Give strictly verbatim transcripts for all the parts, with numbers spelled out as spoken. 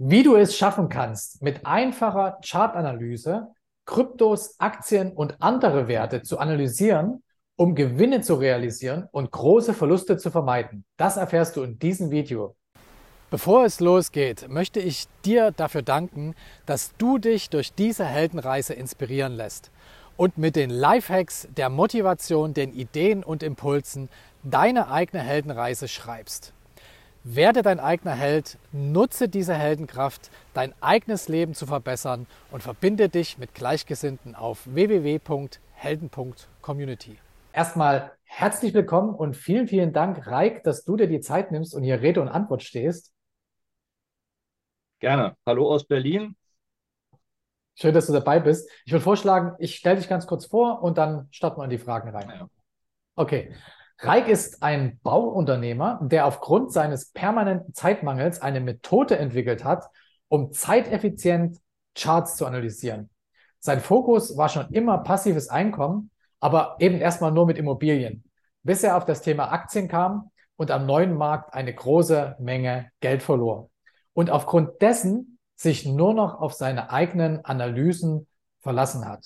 Wie du es schaffen kannst, mit einfacher Chartanalyse Kryptos, Aktien und andere Werte zu analysieren, um Gewinne zu realisieren und große Verluste zu vermeiden. Das erfährst du in diesem Video. Bevor es losgeht, möchte ich dir dafür danken, dass du dich durch diese Heldenreise inspirieren lässt und mit den Lifehacks, der Motivation, den Ideen und Impulsen deine eigene Heldenreise schreibst. Werde dein eigener Held, nutze diese Heldenkraft, dein eigenes Leben zu verbessern und verbinde dich mit Gleichgesinnten auf w w w punkt helden punkt community. Erstmal herzlich willkommen und vielen, vielen Dank, Raik, dass du dir die Zeit nimmst und hier Rede und Antwort stehst. Gerne. Hallo aus Berlin. Schön, dass du dabei bist. Ich würde vorschlagen, ich stelle dich ganz kurz vor und dann starten wir in die Fragen rein. Ja. Okay. Raik ist ein Bauunternehmer, der aufgrund seines permanenten Zeitmangels eine Methode entwickelt hat, um zeiteffizient Charts zu analysieren. Sein Fokus war schon immer passives Einkommen, aber eben erstmal nur mit Immobilien, bis er auf das Thema Aktien kam und am neuen Markt eine große Menge Geld verlor. Und aufgrund dessen sich nur noch auf seine eigenen Analysen verlassen hat.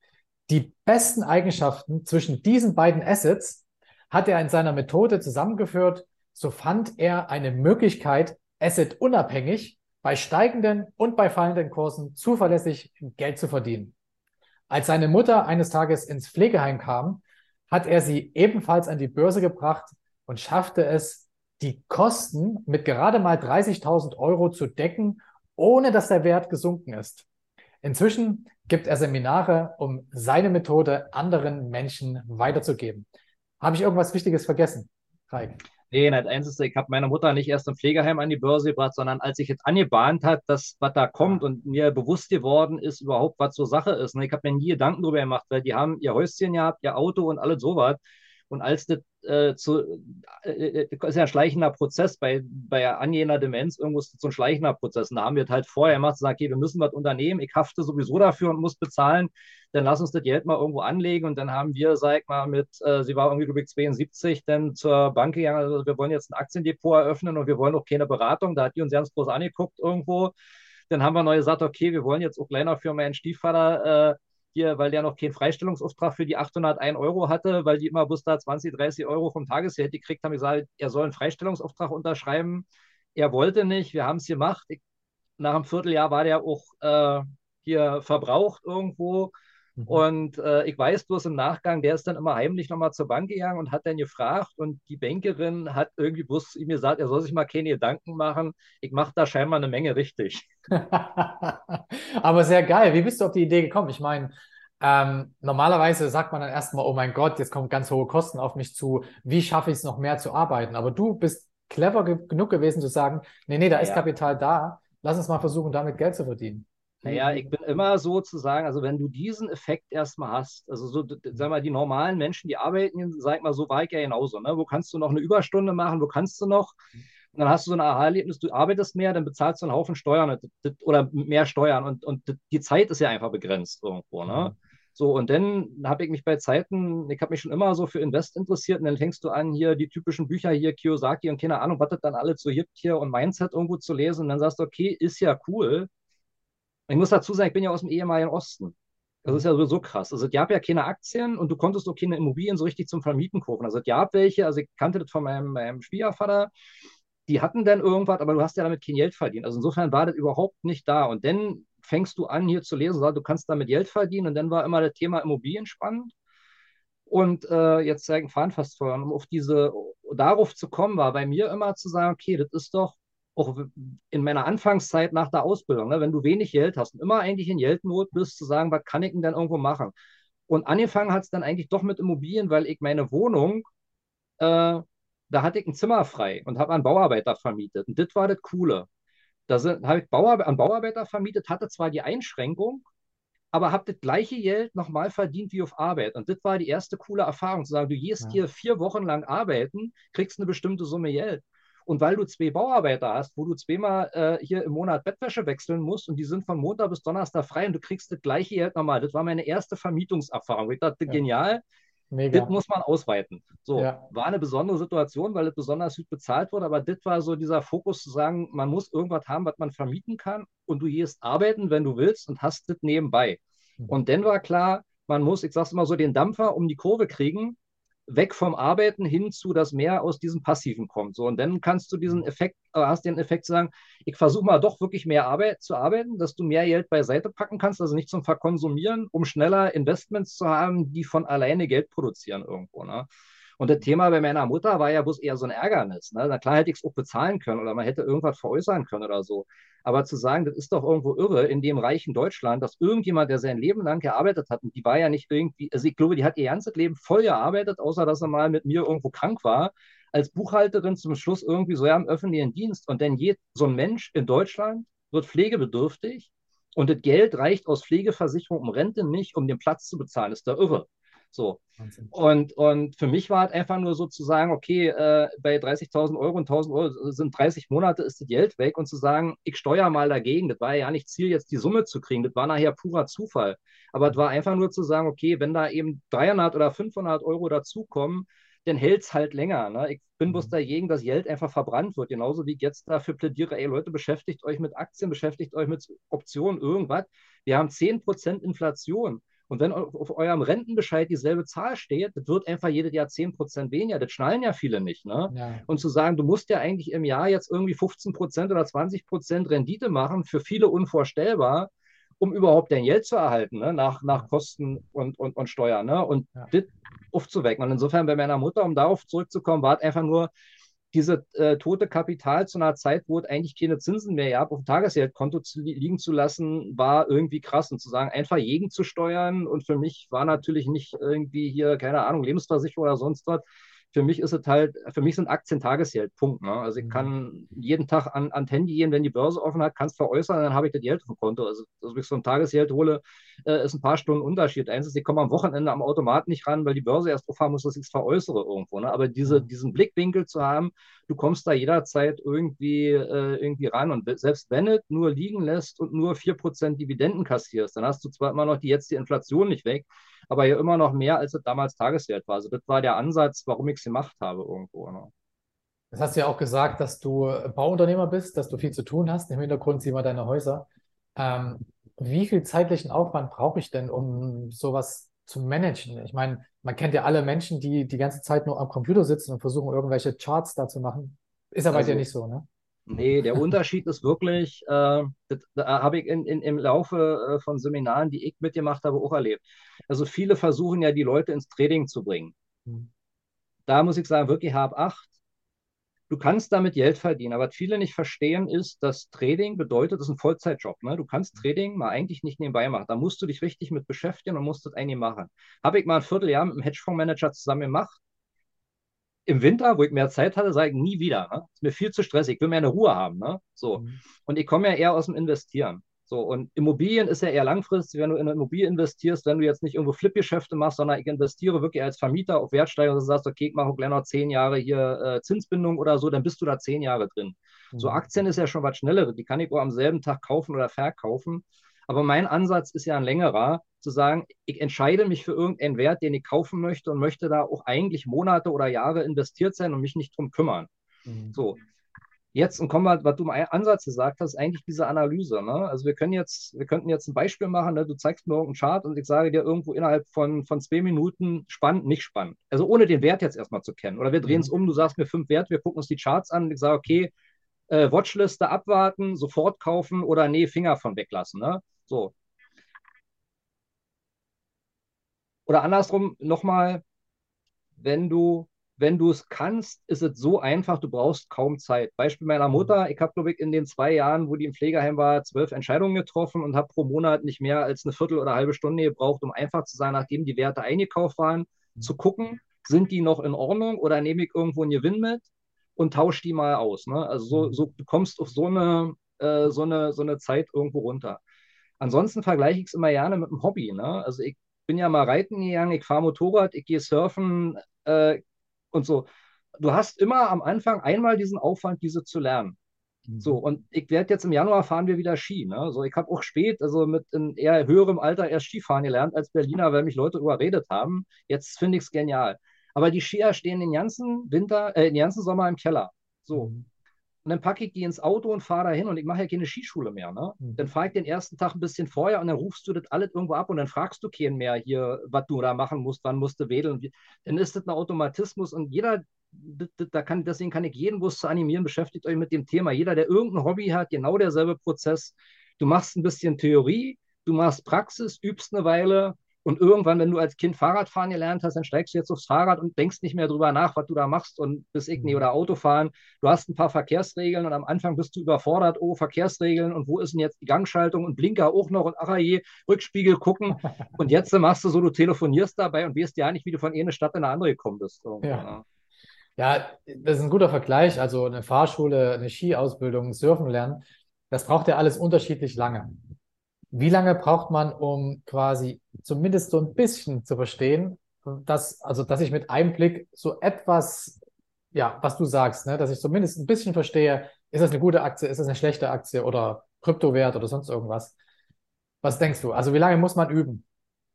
Die besten Eigenschaften zwischen diesen beiden Assets hat er in seiner Methode zusammengeführt, so fand er eine Möglichkeit, assetunabhängig bei steigenden und bei fallenden Kursen zuverlässig Geld zu verdienen. Als seine Mutter eines Tages ins Pflegeheim kam, hat er sie ebenfalls an die Börse gebracht und schaffte es, die Kosten mit gerade mal dreißigtausend Euro zu decken, ohne dass der Wert gesunken ist. Inzwischen gibt er Seminare, um seine Methode anderen Menschen weiterzugeben. Habe ich irgendwas Wichtiges vergessen, Raik? Nee, nicht eins ist, ich habe meine Mutter nicht erst im Pflegeheim an die Börse gebracht, sondern als ich jetzt angebahnt hat, dass was da kommt Ah. und mir bewusst geworden ist, überhaupt, was zur Sache ist. Ne? Ich habe mir nie Gedanken darüber gemacht, weil die haben ihr Häuschen gehabt, ihr Auto und alles sowas. Und als das äh, zu, äh, äh, ist ja ein schleichender Prozess, bei, bei angehender Demenz irgendwo ist das so ein schleichender Prozess. Und da haben wir das halt vorher gemacht, gesagt, okay, wir müssen was unternehmen, ich hafte sowieso dafür und muss bezahlen, dann lass uns das Geld mal irgendwo anlegen. Und dann haben wir, sag ich mal, mit, äh, sie war irgendwie, glaube ich, zweiundsiebzig, dann zur Bank gegangen, also wir wollen jetzt ein Aktiendepot eröffnen und wir wollen auch keine Beratung. Da hat die uns ganz groß angeguckt irgendwo. Dann haben wir neu gesagt, okay, wir wollen jetzt auch kleiner für meinen Stiefvater äh, hier, weil der noch keinen Freistellungsauftrag für die achthundertein Euro hatte, weil die immer bloß da zwanzig, dreißig Euro vom Tagesgeld gekriegt haben, gesagt, er soll einen Freistellungsauftrag unterschreiben. Er wollte nicht, wir haben es gemacht. Ich, nach einem Vierteljahr war der auch äh, hier verbraucht irgendwo. Mhm. Und äh, ich weiß bloß im Nachgang, der ist dann immer heimlich nochmal zur Bank gegangen und hat dann gefragt und die Bankerin hat irgendwie bloß ihm gesagt, er soll sich mal keine Gedanken machen. Ich mache da scheinbar eine Menge richtig. Aber sehr geil. Wie bist du auf die Idee gekommen? Ich meine, ähm, normalerweise sagt man dann erstmal, oh mein Gott, jetzt kommen ganz hohe Kosten auf mich zu. Wie schaffe ich es noch mehr zu arbeiten? Aber du bist clever ge genug gewesen zu sagen, nee, nee, da ist Naja, Kapital da. Lass uns mal versuchen, damit Geld zu verdienen. Wie, Naja, wie? ich bin immer sozusagen, also wenn du diesen Effekt erstmal hast, also so, d- d- sag mal, die normalen Menschen, die arbeiten, sag mal, so war ich ja genauso, ne? Wo kannst du noch eine Überstunde machen, wo kannst du noch? Und dann hast du so ein Aha-Erlebnis, du arbeitest mehr, dann bezahlst du einen Haufen Steuern und- d- oder mehr Steuern und, und d- die Zeit ist ja einfach begrenzt irgendwo, ne? Mhm. So, und dann habe ich mich bei Zeiten, ich habe mich schon immer so für Invest interessiert und dann fängst du an, hier die typischen Bücher hier, Kiyosaki und keine Ahnung, was das dann alles so gibt hier und Mindset irgendwo zu lesen und dann sagst du, okay, ist ja cool. Ich muss dazu sagen, ich bin ja aus dem ehemaligen Osten. Das ist Mhm. ja sowieso krass. Also, es gab ja keine Aktien und du konntest auch keine Immobilien so richtig zum Vermieten kaufen. Also, es gab welche, also ich kannte das von meinem, meinem Schwiegervater, die hatten dann irgendwas, aber du hast ja damit kein Geld verdient. Also, insofern war das überhaupt nicht da. Und dann fängst du an, hier zu lesen, sagst, du kannst damit Geld verdienen. Und dann war immer das Thema Immobilien spannend. Und äh, jetzt zeigen Fahren fast vor, um auf diese, darauf zu kommen, war bei mir immer zu sagen, okay, das ist doch auch in meiner Anfangszeit nach der Ausbildung, ne, wenn du wenig Geld hast und immer eigentlich in Geldnot bist, zu sagen, was kann ich denn denn irgendwo machen? Und angefangen hat es dann eigentlich doch mit Immobilien, weil ich meine Wohnung, äh, da hatte ich ein Zimmer frei und habe an Bauarbeiter vermietet. Und das war das Coole. Da habe ich Bauarbe an Bauarbeiter vermietet, hatte zwar die Einschränkung, aber habe das gleiche Geld nochmal verdient wie auf Arbeit. Und das war die erste coole Erfahrung, zu sagen, du gehst Ja. hier vier Wochen lang arbeiten, kriegst eine bestimmte Summe Geld. Und weil du zwei Bauarbeiter hast, wo du zweimal äh, hier im Monat Bettwäsche wechseln musst und die sind von Montag bis Donnerstag frei und du kriegst das gleiche Geld nochmal. Das war meine erste Vermietungserfahrung. Ich dachte, Ja. genial. Das Mega. muss man ausweiten. So, Ja. war eine besondere Situation, weil es besonders gut bezahlt wurde, aber das war so dieser Fokus zu sagen, man muss irgendwas haben, was man vermieten kann und du gehst arbeiten, wenn du willst und hast das nebenbei. Mhm. Und dann war klar, man muss, ich sag's immer so, den Dampfer um die Kurve kriegen, weg vom Arbeiten hin zu, dass mehr aus diesem Passiven kommt. So, und dann kannst du diesen Effekt, äh, hast den Effekt zu sagen, ich versuche mal doch wirklich mehr Arbeit zu arbeiten, dass du mehr Geld beiseite packen kannst, also nicht zum Verkonsumieren, um schneller Investments zu haben, die von alleine Geld produzieren irgendwo. Ne? Und das Thema bei meiner Mutter war ja bloß eher so ein Ärgernis. Ne? Na klar hätte ich es auch bezahlen können oder man hätte irgendwas veräußern können oder so. Aber zu sagen, das ist doch irgendwo irre in dem reichen Deutschland, dass irgendjemand, der sein Leben lang gearbeitet hat, und die war ja nicht irgendwie, also ich glaube, die hat ihr ganzes Leben voll gearbeitet, außer dass sie mal mit mir irgendwo krank war, als Buchhalterin zum Schluss irgendwie so ja im öffentlichen Dienst. Und dann geht so ein Mensch in Deutschland, wird pflegebedürftig und das Geld reicht aus Pflegeversicherung um Rente nicht, um den Platz zu bezahlen. Ist da irre. So. Wahnsinn. Und, und für mich war es einfach nur so zu sagen, okay, äh, bei dreißigtausend Euro und tausend Euro sind dreißig Monate, ist das Geld weg und zu sagen, ich steuere mal dagegen. Das war ja nicht Ziel, jetzt die Summe zu kriegen. Das war nachher purer Zufall. Aber es war einfach nur zu sagen, okay, wenn da eben dreihundert oder fünfhundert Euro dazukommen, dann hält es halt länger. Ne? Ich bin bloß Mhm. dagegen, dass Geld einfach verbrannt wird. Genauso wie ich jetzt dafür plädiere, ey Leute, beschäftigt euch mit Aktien, beschäftigt euch mit Optionen, irgendwas. Wir haben zehn Prozent Inflation. Und wenn auf eurem Rentenbescheid dieselbe Zahl steht, das wird einfach jedes Jahr zehn Prozent weniger. Das schnallen ja viele nicht. Ne? Ja. Und zu sagen, du musst ja eigentlich im Jahr jetzt irgendwie fünfzehn Prozent oder zwanzig Prozent Rendite machen, für viele unvorstellbar, um überhaupt dein Geld zu erhalten, ne? nach, nach Ja. Kosten und, und, und Steuern. Ne? Und Ja. das aufzuwecken. Und insofern bei meiner Mutter, um darauf zurückzukommen, war es einfach nur, diese äh, tote Kapital zu einer Zeit, wo es eigentlich keine Zinsen mehr gab, auf dem Tagesgeldkonto zu, liegen zu lassen, war irgendwie krass. Und zu sagen, einfach gegenzusteuern. Und für mich war natürlich nicht irgendwie hier, keine Ahnung, Lebensversicherung oder sonst was. Für mich ist es halt, für mich sind Aktien Tagesgeld, Punkt. Ne? Also ich Mhm. kann jeden Tag an, an Handy gehen, wenn die Börse offen hat, kann es veräußern, dann habe ich das Geld auf dem Konto. Also, dass ich so ein Tagesgeld hole, äh, ist ein paar Stunden Unterschied. Eins ist, ich komme am Wochenende am Automat nicht ran, weil die Börse erst aufhaben muss, dass ich es veräußere irgendwo. Ne? Aber diese, Ja. diesen Blickwinkel zu haben, du kommst da jederzeit irgendwie, äh, irgendwie ran. Und selbst wenn es nur liegen lässt und nur vier Prozent Dividenden kassierst, dann hast du zwar immer noch die jetzt die Inflation nicht weg, aber ja immer noch mehr, als es damals Tagesgeld war. Also das war der Ansatz, warum ich es gemacht habe irgendwo. Ne? Das hast du ja auch gesagt, dass du Bauunternehmer bist, dass du viel zu tun hast. Im Hintergrund sehen wir deine Häuser. Ähm, Wie viel zeitlichen Aufwand brauche ich denn, um sowas zu managen? Ich meine, man kennt ja alle Menschen, die die ganze Zeit nur am Computer sitzen und versuchen, irgendwelche Charts da zu machen. Ist aber bei dir Also nicht so, ne? nee, der Unterschied ist wirklich, äh, das, da habe ich in, in, im Laufe äh, von Seminaren, die ich mitgemacht habe, auch erlebt. Also viele versuchen ja, die Leute ins Trading zu bringen. Hm. Da muss ich sagen, wirklich hab Acht. Du kannst damit Geld verdienen, aber was viele nicht verstehen ist, dass Trading bedeutet, das ist ein Vollzeitjob. Ne? Du kannst Trading mal eigentlich nicht nebenbei machen. Da musst du dich richtig mit beschäftigen und musst das eigentlich machen. Habe ich mal ein Vierteljahr mit einem Hedgefondsmanager zusammen gemacht. Im Winter, wo ich mehr Zeit hatte, sage ich nie wieder. Ne? Ist mir viel zu stressig. Ich will mehr eine Ruhe haben. Ne? So. Hm. Und ich komme ja eher aus dem Investieren. So, und Immobilien ist ja eher langfristig, wenn du in eine Immobilie investierst, wenn du jetzt nicht irgendwo Flip-Geschäfte machst, sondern ich investiere wirklich als Vermieter auf Wertsteigerung und sagst, okay, ich mache gleich noch zehn Jahre hier äh, Zinsbindung oder so, dann bist du da zehn Jahre drin. So Hm. Aktien ist ja schon was Schnelleres, die kann ich auch am selben Tag kaufen oder verkaufen. Aber mein Ansatz ist ja ein längerer, zu sagen, ich entscheide mich für irgendeinen Wert, den ich kaufen möchte und möchte da auch eigentlich Monate oder Jahre investiert sein und mich nicht drum kümmern. Hm. So, jetzt, und kommen wir, was du im Ansatz gesagt hast, eigentlich diese Analyse. Ne? Also wir können jetzt, wir könnten jetzt ein Beispiel machen, ne? Du zeigst mir irgendeinen Chart und ich sage dir irgendwo innerhalb von, von zwei Minuten spannend, nicht spannend. Also ohne den Wert jetzt erstmal zu kennen. Oder wir drehen es Hm. um, du sagst mir fünf Werte, wir gucken uns die Charts an und ich sage, okay, äh, Watchliste abwarten, sofort kaufen oder nee, Finger von weglassen. Ne? So. Oder andersrum nochmal, wenn du, wenn du es kannst, ist es so einfach, du brauchst kaum Zeit. Beispiel meiner Hm. Mutter, ich habe, glaube ich, in den zwei Jahren, wo die im Pflegeheim war, zwölf Entscheidungen getroffen und habe pro Monat nicht mehr als eine Viertel oder eine halbe Stunde gebraucht, um einfach zu sein, nachdem die Werte eingekauft waren, zu gucken, sind die noch in Ordnung oder nehme ich irgendwo einen Gewinn mit und tausche die mal aus. Ne? Also so, Hm. so, du kommst auf so eine, äh, so eine, so eine Zeit irgendwo runter. Ansonsten vergleiche ich es immer gerne mit einem Hobby. Ne? Also ich bin ja mal reiten gegangen, ich fahre Motorrad, ich gehe surfen äh, und so. Du hast immer am Anfang einmal diesen Aufwand, diese zu lernen. So, Mhm. und ich werde jetzt im Januar fahren wir wieder Ski. Ne? So, ich habe auch spät, also mit in eher höherem Alter erst Skifahren gelernt als Berliner, weil mich Leute überredet haben. Jetzt finde ich es genial. Aber die Skier stehen den ganzen Winter, äh, den ganzen Sommer im Keller. So, Mhm. und dann packe ich die ins Auto und fahre dahin und ich mache ja keine Skischule mehr. Ne? Dann Mhm. fahre ich den ersten Tag ein bisschen vorher und dann rufst du das alles irgendwo ab und dann fragst du keinen mehr hier, was du da machen musst, wann musst du wedeln. Dann ist das ein Automatismus und jeder, das, das, da kann, deswegen kann ich jeden Bus zu animieren, beschäftigt euch mit dem Thema. Jeder, der irgendein Hobby hat, genau derselbe Prozess. Du machst ein bisschen Theorie, du machst Praxis, übst eine Weile und irgendwann, wenn du als Kind Fahrradfahren gelernt hast, dann steigst du jetzt aufs Fahrrad und denkst nicht mehr drüber nach, was du da machst und bist irgendwie Mhm. oder Autofahren. Du hast ein paar Verkehrsregeln und am Anfang bist du überfordert. Oh, Verkehrsregeln und wo ist denn jetzt die Gangschaltung und Blinker auch noch und ach je, Rückspiegel gucken. Und jetzt machst du so, du telefonierst dabei und weißt ja nicht, wie du von einer Stadt in eine andere gekommen bist. Irgendwo, Ja. ne? Ja, das ist ein guter Vergleich. Also eine Fahrschule, eine Skiausbildung, Surfen lernen, das braucht ja alles unterschiedlich lange. Wie lange braucht man, um quasi zumindest so ein bisschen zu verstehen, dass, also dass ich mit einem Blick so etwas, ja, was du sagst, ne, dass ich zumindest ein bisschen verstehe, ist das eine gute Aktie, ist das eine schlechte Aktie oder Kryptowert oder sonst irgendwas? Was denkst du? Also wie lange muss man üben?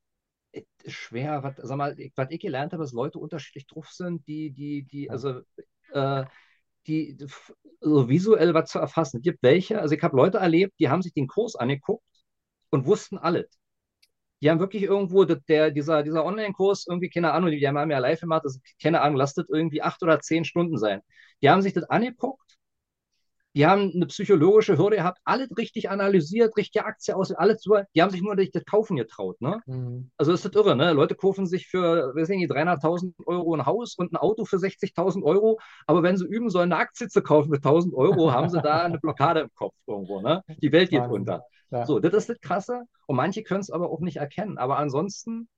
Ist schwer, was, sag mal, ich, was ich gelernt habe, dass Leute unterschiedlich drauf sind, die, die, die, Ja. also äh, die, die so visuell was zu erfassen. Es gibt welche, also ich habe Leute erlebt, die haben sich den Kurs angeguckt und wussten alles. Die haben wirklich irgendwo, der, dieser, dieser Online-Kurs, irgendwie, keine Ahnung, die haben ja live gemacht, das, keine Ahnung, lasst irgendwie acht oder zehn Stunden sein. Die haben sich das angeguckt, die haben eine psychologische Hürde gehabt, alles richtig analysiert, richtige Aktie aus, alles super. Die haben sich nur nicht das Kaufen getraut, ne? Mhm. Also ist das irre, ne? Leute kaufen sich für, weiß nicht, dreihunderttausend Euro ein Haus und ein Auto für sechzigtausend Euro, aber wenn sie üben sollen, eine Aktie zu kaufen mit tausend Euro, haben sie da eine Blockade im Kopf irgendwo, ne? Die Welt geht Wahnsinn. unter. Ja. So, das ist das Krasse und manche können es aber auch nicht erkennen. Aber ansonsten,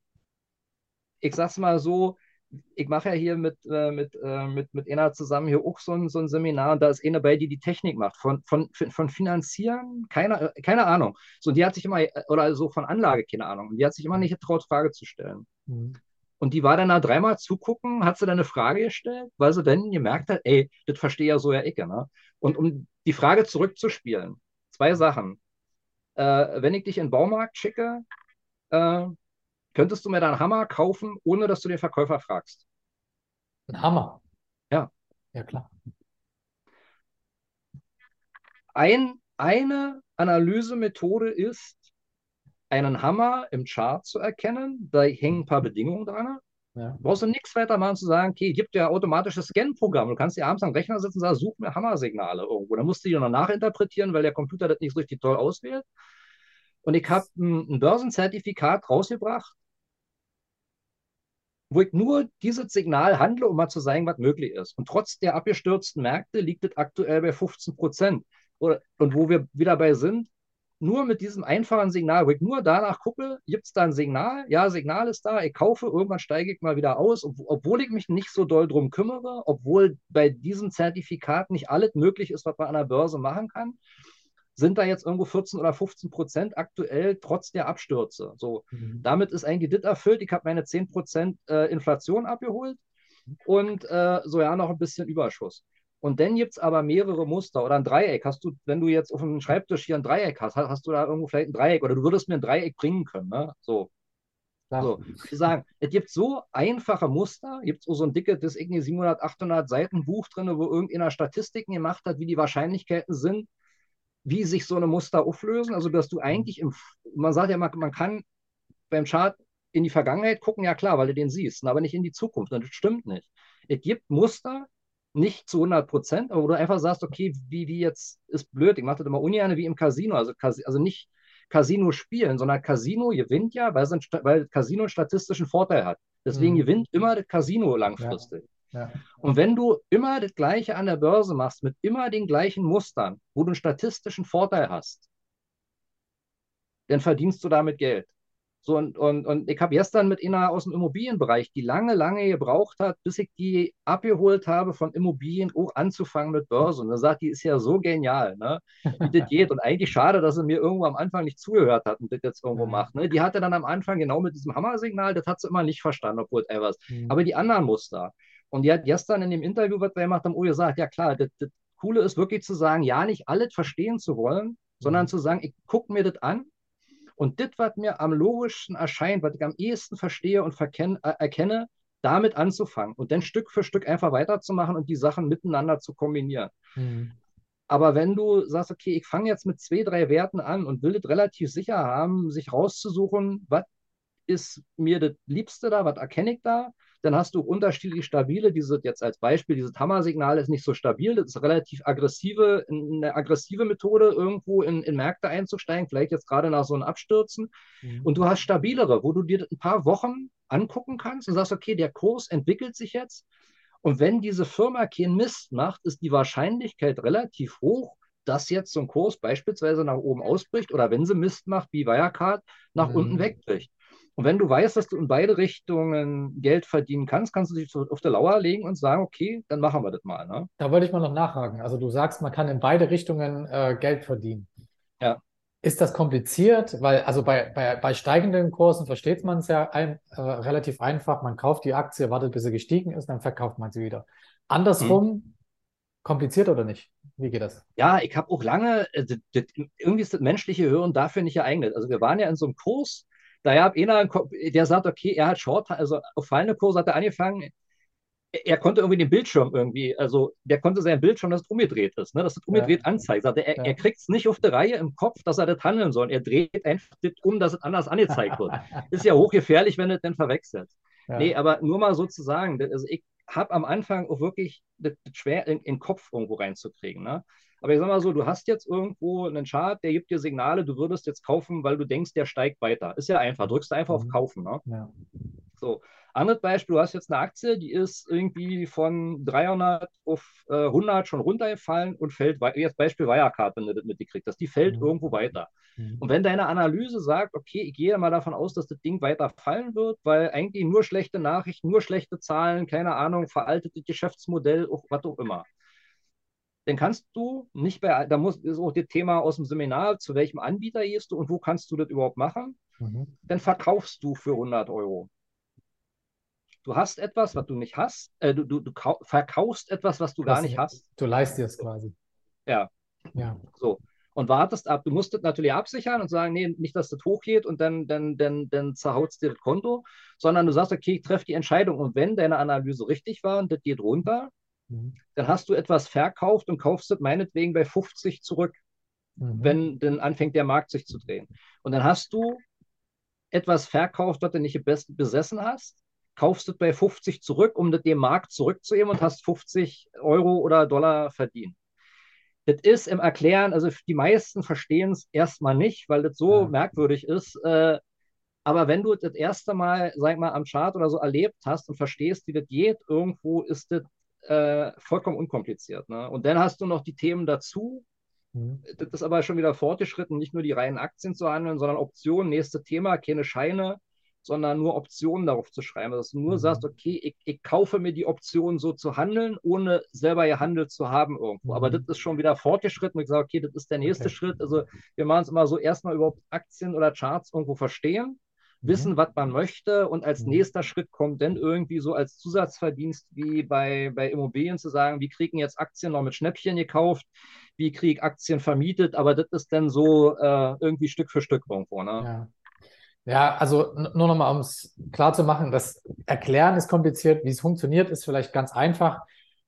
ich sag's mal so, ich mache ja hier mit, äh, mit, äh, mit, mit einer zusammen hier auch so ein, so ein Seminar und da ist eine dabei, die die Technik macht. Von, von, von Finanzieren, keine, äh, keine Ahnung. So, und die hat sich immer, äh, oder so von Anlage, keine Ahnung. Und die hat sich immer nicht getraut, Frage zu stellen. Mhm. Und die war dann nach dreimal zugucken, hat sie dann eine Frage gestellt, weil sie dann gemerkt hat, ey, das verstehe ja so ja ich, ne? Und um die Frage zurückzuspielen, zwei Sachen. Äh, wenn ich dich in den Baumarkt schicke, äh, könntest du mir dann einen Hammer kaufen, ohne dass du den Verkäufer fragst? Ein Hammer. Ja. Ja, klar. Ein, eine Analysemethode ist, einen Hammer im Chart zu erkennen. Da hängen ein paar Bedingungen dran. Ja. Brauchst du nichts weiter machen zu sagen, okay, gibt ja automatisches Scan-Programm. Du kannst dir abends am Rechner sitzen und sagen, such mir Hammersignale irgendwo. Dann musst du die noch nachinterpretieren, weil der Computer das nicht so richtig toll auswählt. Und ich habe ein, ein Börsenzertifikat rausgebracht, wo ich nur dieses Signal handle, um mal zu zeigen, was möglich ist. Und trotz der abgestürzten Märkte liegt es aktuell bei fünfzehn Prozent. Und wo wir wieder bei sind, nur mit diesem einfachen Signal, wo ich nur danach gucke, gibt es da ein Signal? Ja, Signal ist da, ich kaufe, irgendwann steige ich mal wieder aus, ob, obwohl ich mich nicht so doll drum kümmere, obwohl bei diesem Zertifikat nicht alles möglich ist, was man an der Börse machen kann, sind da jetzt irgendwo vierzehn oder fünfzehn Prozent aktuell trotz der Abstürze. So, Mhm. damit ist eigentlich das erfüllt. Ich habe meine zehn Prozent äh, Inflation abgeholt und äh, so ja noch ein bisschen Überschuss. Und dann gibt es aber mehrere Muster oder ein Dreieck. Hast du, wenn du jetzt auf dem Schreibtisch hier ein Dreieck hast, hast du da irgendwo vielleicht ein Dreieck oder du würdest mir ein Dreieck bringen können. Ne? So, Klar. so. Ich sagen, es gibt so einfache Muster, gibt so ein dickes, das irgendwie siebenhundert, achthundert Seiten Buch drin, wo irgendeiner Statistiken gemacht hat, wie die Wahrscheinlichkeiten sind, wie sich so eine Muster auflösen. Also, dass du Mhm. eigentlich im, man sagt ja, man, man kann beim Chart in die Vergangenheit gucken, ja klar, weil du den siehst, aber nicht in die Zukunft. Und das stimmt nicht. Es gibt Muster, nicht zu hundert Prozent, aber wo du einfach sagst, okay, wie, wie jetzt ist blöd, ich mache das immer ungern wie im Casino, also, also nicht Casino spielen, sondern Casino gewinnt ja, weil, es ein, weil Casino einen statistischen Vorteil hat. Deswegen Mhm. gewinnt immer das Casino Ja. langfristig. Ja. Und wenn du immer das Gleiche an der Börse machst, mit immer den gleichen Mustern, wo du einen statistischen Vorteil hast, dann verdienst du damit Geld. So, und, und, und ich habe gestern mit einer aus dem Immobilienbereich, die lange, lange gebraucht hat, bis ich die abgeholt habe, von Immobilien auch anzufangen mit Börse. Und dann sagt, die ist ja so genial, ne? Wie das geht. Und eigentlich schade, dass sie mir irgendwo am Anfang nicht zugehört hat und das jetzt irgendwo Ja. macht. Ne? Die hatte dann am Anfang genau mit diesem Hammersignal, das hat sie immer nicht verstanden, obwohl etwas. Mhm. Aber die anderen Muster. Und die hat gestern in dem Interview, was wir gemacht haben, auch gesagt, ja klar, das, das Coole ist wirklich zu sagen, ja, nicht alles verstehen zu wollen, sondern Mhm. zu sagen, ich gucke mir das an und das, was mir am logischsten erscheint, was ich am ehesten verstehe und verken- äh, erkenne, damit anzufangen und dann Stück für Stück einfach weiterzumachen und die Sachen miteinander zu kombinieren. Mhm. Aber wenn du sagst, okay, ich fange jetzt mit zwei, drei Werten an und will das relativ sicher haben, sich rauszusuchen, was ist mir das Liebste da, was erkenne ich da, dann hast du unterschiedlich stabile, diese jetzt als Beispiel, dieses Hammersignal ist nicht so stabil, das ist relativ aggressive, eine aggressive Methode, irgendwo in, in Märkte einzusteigen, vielleicht jetzt gerade nach so einem Abstürzen. Mhm. Und du hast stabilere, wo du dir das ein paar Wochen angucken kannst und sagst, okay, der Kurs entwickelt sich jetzt. Und wenn diese Firma keinen Mist macht, ist die Wahrscheinlichkeit relativ hoch, dass jetzt so ein Kurs beispielsweise nach oben ausbricht oder wenn sie Mist macht, wie Wirecard, nach unten Mhm. wegbricht. Und wenn du weißt, dass du in beide Richtungen Geld verdienen kannst, kannst du dich so auf der Lauer legen und sagen, okay, dann machen wir das mal. Ne? Da wollte ich mal noch nachhaken. Also du sagst, man kann in beide Richtungen äh, Geld verdienen. Ja. Ist das kompliziert? Weil, also bei, bei, bei steigenden Kursen versteht man es ja ein, äh, relativ einfach. Man kauft die Aktie, wartet, bis sie gestiegen ist, dann verkauft man sie wieder. Hm. Andersrum, kompliziert oder nicht? Wie geht das? Ja, ich habe auch lange, äh, das, das, irgendwie ist das menschliche Hören dafür nicht geeignet. Also wir waren ja in so einem Kurs, da gab einer, der sagt, okay, er hat Short, also auf fallende Kurse hat er angefangen, er konnte irgendwie den Bildschirm irgendwie, also der konnte seinen Bildschirm, dass es umgedreht ist, ne, dass es Ja, umgedreht anzeigt. Sagte, er, er ja. kriegt es nicht auf die Reihe im Kopf, dass er das handeln soll. Er dreht einfach das um, dass es anders angezeigt wird. Ist ja hochgefährlich, wenn du das dann verwechselt. Nee, Ja. aber nur mal so zu sagen, das, also ich habe am Anfang auch wirklich das, das schwer in, in den Kopf irgendwo reinzukriegen. Ne? Aber ich sag mal so, du hast jetzt irgendwo einen Chart, der gibt dir Signale, du würdest jetzt kaufen, weil du denkst, der steigt weiter. Ist ja einfach, drückst du einfach auf Mhm. Kaufen. Ne? Ja. So, anderes Beispiel, du hast jetzt eine Aktie, die ist irgendwie von dreihundert auf äh, hundert schon runtergefallen und fällt, wei- jetzt Beispiel Wirecard, wenn du das mitgekriegt hast, die fällt Mhm. irgendwo weiter. Mhm. Und wenn deine Analyse sagt, okay, ich gehe mal davon aus, dass das Ding weiter fallen wird, weil eigentlich nur schlechte Nachrichten, nur schlechte Zahlen, keine Ahnung, veraltetes Geschäftsmodell, auch, was auch immer, dann kannst du nicht bei, da muss, ist auch das Thema aus dem Seminar, zu welchem Anbieter gehst du und wo kannst du das überhaupt machen? Mhm. Dann verkaufst du für hundert Euro. Du hast etwas, was du nicht hast. Äh, du du, du verkaufst etwas, was du gar Was, nicht hast. du leist dir es quasi. Ja, Ja. so. Und wartest ab. Du musst das natürlich absichern und sagen, nee, nicht, dass das hochgeht und dann, dann, dann, dann zerhaut dir das Konto, sondern du sagst, okay, ich treffe die Entscheidung. Und wenn deine Analyse richtig war und das geht runter, Mhm. dann hast du etwas verkauft und kaufst es meinetwegen bei fünfzig zurück, Mhm. wenn dann anfängt der Markt sich zu drehen. Und dann hast du etwas verkauft, was du nicht besessen hast, kaufst es bei fünfzig zurück, um das dem Markt zurückzugeben und hast fünfzig Euro oder Dollar verdient. Das ist im Erklären, also die meisten verstehen es erstmal nicht, weil das so Ja. merkwürdig ist. Äh, aber wenn du das erste Mal, sag mal, am Chart oder so erlebt hast und verstehst, wie das geht, irgendwo ist das äh, vollkommen unkompliziert. Ne? Und dann hast du noch die Themen dazu. Mhm. Das ist aber schon wieder fortgeschritten, nicht nur die reinen Aktien zu handeln, sondern Optionen, nächste Thema, keine Scheine, sondern nur Optionen darauf zu schreiben. Dass du nur sagst, Mhm. okay, ich, ich kaufe mir die Option so zu handeln, ohne selber gehandelt zu haben irgendwo. Aber das Mhm. ist schon wieder fortgeschritten. Und ich sage, okay, das ist der nächste Okay. Schritt. Also wir machen es immer so, erstmal überhaupt Aktien oder Charts irgendwo verstehen, Mhm. wissen, was man möchte und als Mhm. nächster Schritt kommt dann irgendwie so als Zusatzverdienst wie bei, bei Immobilien zu sagen, wie kriegen jetzt Aktien noch mit Schnäppchen gekauft, wie kriege ich Aktien vermietet, aber das ist dann so äh, irgendwie Stück für Stück irgendwo. Ne? Ja. Ja, also n- nur nochmal, um es klar zu machen, das Erklären ist kompliziert, wie es funktioniert, ist vielleicht ganz einfach.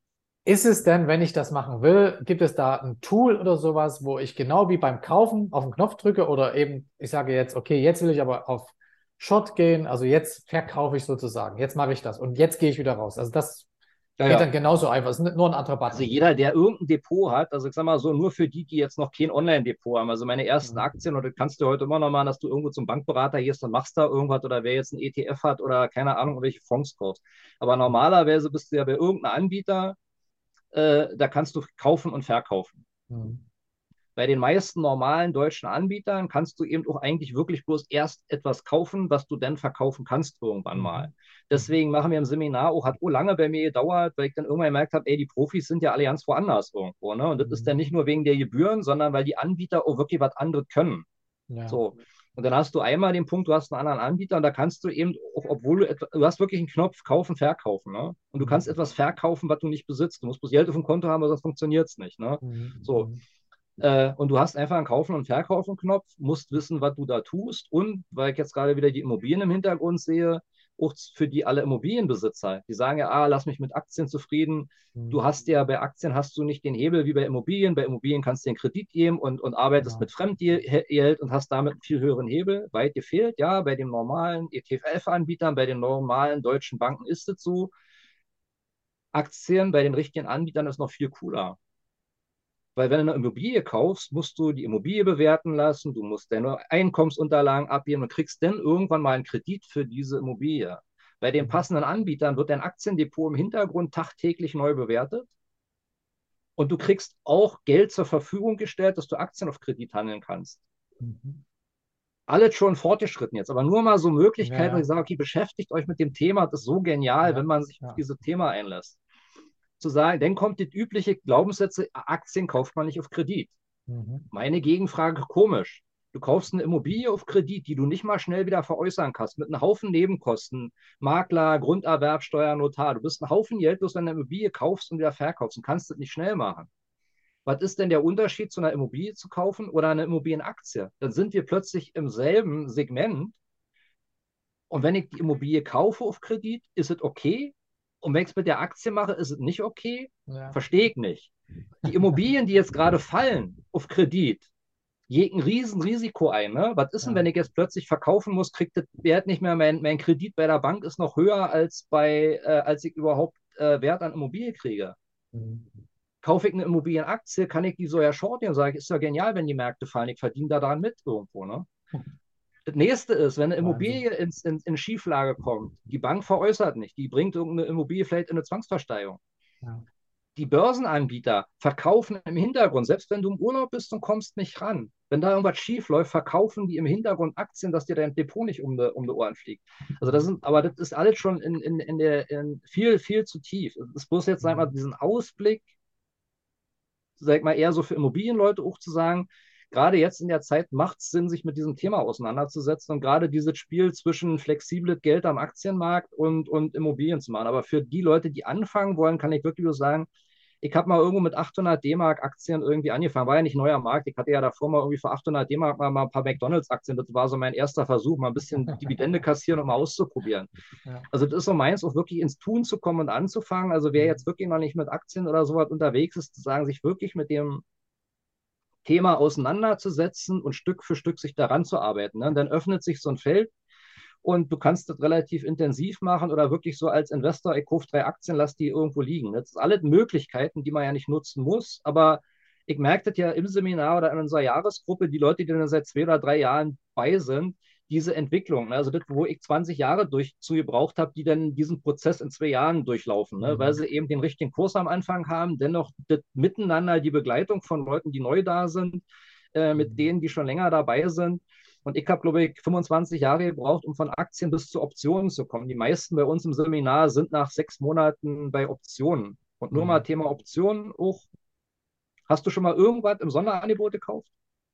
Ist es denn, wenn ich das machen will, gibt es da ein Tool oder sowas, wo ich genau wie beim Kaufen auf den Knopf drücke oder eben, ich sage jetzt, okay, jetzt will ich aber auf Short gehen, also jetzt verkaufe ich sozusagen, jetzt mache ich das und jetzt gehe ich wieder raus. Also das Ja, geht ja. dann genauso einfach, es ist nur ein anderer Also Button. jeder, der irgendein Depot hat, also ich sag mal so, nur für die, die jetzt noch kein Online-Depot haben, also meine ersten Mhm. Aktien, oder kannst du heute immer noch machen, dass du irgendwo zum Bankberater gehst und machst da irgendwas oder wer jetzt ein E T F hat oder keine Ahnung, welche Fonds kaufst. Aber Mhm. normalerweise bist du ja bei irgendeinem Anbieter, äh, da kannst du kaufen und verkaufen. Mhm. Bei den meisten normalen deutschen Anbietern kannst du eben auch eigentlich wirklich bloß erst etwas kaufen, was du dann verkaufen kannst irgendwann mal. Mhm. Mhm. Deswegen machen wir im Seminar auch, hat auch lange bei mir gedauert, weil ich dann irgendwann gemerkt habe, ey, die Profis sind ja alle ganz woanders irgendwo. Ne? Und das ist Mhm. dann nicht nur wegen der Gebühren, sondern weil die Anbieter auch wirklich was anderes können. Ja. So. Und dann hast du einmal den Punkt, du hast einen anderen Anbieter und da kannst du eben, auch, obwohl du, etwa, du hast wirklich einen Knopf kaufen, verkaufen, ne? Und du kannst Mhm. etwas verkaufen, was du nicht besitzt. Du musst bloß Geld auf dem Konto haben, aber sonst funktioniert es nicht, ne? Mhm. So. Mhm. Äh, und du hast einfach einen Kaufen- und Verkaufen-Knopf, musst wissen, was du da tust. Und weil ich jetzt gerade wieder die Immobilien im Hintergrund sehe, auch für die alle Immobilienbesitzer, die sagen ja, ah, lass mich mit Aktien zufrieden. Du Mhm. hast ja bei Aktien hast du nicht den Hebel wie bei Immobilien. Bei Immobilien kannst du den Kredit geben und, und arbeitest Genau. mit Fremdgeld und hast damit einen viel höheren Hebel. Weit gefehlt, ja, bei den normalen E T F-Anbietern, bei den normalen deutschen Banken ist es so. Aktien bei den richtigen Anbietern ist noch viel cooler. Weil wenn du eine Immobilie kaufst, musst du die Immobilie bewerten lassen, du musst deine Einkommensunterlagen abgeben und kriegst dann irgendwann mal einen Kredit für diese Immobilie. Bei den Mhm. passenden Anbietern wird dein Aktiendepot im Hintergrund tagtäglich neu bewertet und du kriegst auch Geld zur Verfügung gestellt, dass du Aktien auf Kredit handeln kannst. Mhm. Alles schon fortgeschritten jetzt, aber nur mal so Ja, Möglichkeiten, wo ich ja, sage, okay, beschäftigt euch mit dem Thema, das ist so genial, wenn ja, man sich auf ja. dieses Thema einlässt. Zu sagen, dann kommt das übliche Glaubenssätze, Aktien kauft man nicht auf Kredit. Mhm. Meine Gegenfrage, komisch. Du kaufst eine Immobilie auf Kredit, die du nicht mal schnell wieder veräußern kannst, mit einem Haufen Nebenkosten, Makler, Grunderwerbsteuer, Notar. Du bist ein Haufen Geld, bloß wenn du eine Immobilie kaufst und wieder verkaufst und kannst das nicht schnell machen. Was ist denn der Unterschied zu einer Immobilie zu kaufen oder einer Immobilienaktie? Dann sind wir plötzlich im selben Segment. Und wenn ich die Immobilie kaufe auf Kredit, ist es okay. Und wenn ich es mit der Aktie mache, ist es nicht okay. Ja. Verstehe ich nicht. Die Immobilien, die jetzt gerade fallen auf Kredit, geht ein Riesenrisiko ein. Ne? Was ist denn, Ja. wenn ich jetzt plötzlich verkaufen muss, kriegt das Wert nicht mehr, mein, mein Kredit bei der Bank ist noch höher, als, bei, äh, als ich überhaupt äh, Wert an Immobilie kriege. Mhm. Kaufe ich eine Immobilienaktie, kann ich die so ja shorten und sage, ist ja genial, wenn die Märkte fallen, ich verdiene da daran mit irgendwo. Ne? Das nächste ist, wenn eine Wahnsinn. Immobilie ins, in, in Schieflage kommt, die Bank veräußert nicht, die bringt irgendeine Immobilie vielleicht in eine Zwangsversteigerung. Ja. Die Börsenanbieter verkaufen im Hintergrund, selbst wenn du im Urlaub bist und kommst nicht ran. Wenn da irgendwas schief läuft, verkaufen die im Hintergrund Aktien, dass dir dein Depot nicht um die, um die Ohren fliegt. Also das Mhm. sind, aber das ist alles schon in, in, in der, in viel, viel zu tief. Es ist bloß jetzt, sag mal, Mhm. diesen Ausblick, sag mal, eher so für Immobilienleute auch zu sagen, gerade jetzt in der Zeit macht es Sinn, sich mit diesem Thema auseinanderzusetzen und gerade dieses Spiel zwischen flexibles Geld am Aktienmarkt und, und Immobilien zu machen. Aber für die Leute, die anfangen wollen, kann ich wirklich nur sagen, ich habe mal irgendwo mit achthundert D-Mark Aktien irgendwie angefangen. War ja nicht neuer Markt. Ich hatte ja davor mal irgendwie für achthundert D-Mark mal, mal ein paar McDonalds Aktien. Das war so mein erster Versuch, mal ein bisschen Dividende kassieren und mal auszuprobieren. Ja. Also das ist so meins, auch wirklich ins Tun zu kommen und anzufangen. Also wer jetzt Mhm. wirklich noch nicht mit Aktien oder sowas unterwegs ist, zu sagen, sich wirklich mit dem Thema auseinanderzusetzen und Stück für Stück sich daran zu arbeiten. Ne? Und dann öffnet sich so ein Feld und du kannst das relativ intensiv machen oder wirklich so als Investor, ich kaufe drei Aktien, lass die irgendwo liegen. Das sind alles Möglichkeiten, die man ja nicht nutzen muss, aber ich merke das ja im Seminar oder in unserer Jahresgruppe, die Leute, die dann seit zwei oder drei Jahren bei sind, diese Entwicklung, ne? Also das, wo ich zwanzig Jahre durch zu gebraucht habe, die dann diesen Prozess in zwei Jahren durchlaufen, ne? Weil Mhm. sie eben den richtigen Kurs am Anfang haben, dennoch das Miteinander, die Begleitung von Leuten, die neu da sind, äh, mit Mhm. denen, die schon länger dabei sind. Und ich habe, glaube ich, fünfundzwanzig Jahre gebraucht, um von Aktien bis zu Optionen zu kommen. Die meisten bei uns im Seminar sind nach sechs Monaten bei Optionen. Und nur mal Mhm. Thema Optionen auch. Hast du schon mal irgendwas im Sonderangebot gekauft?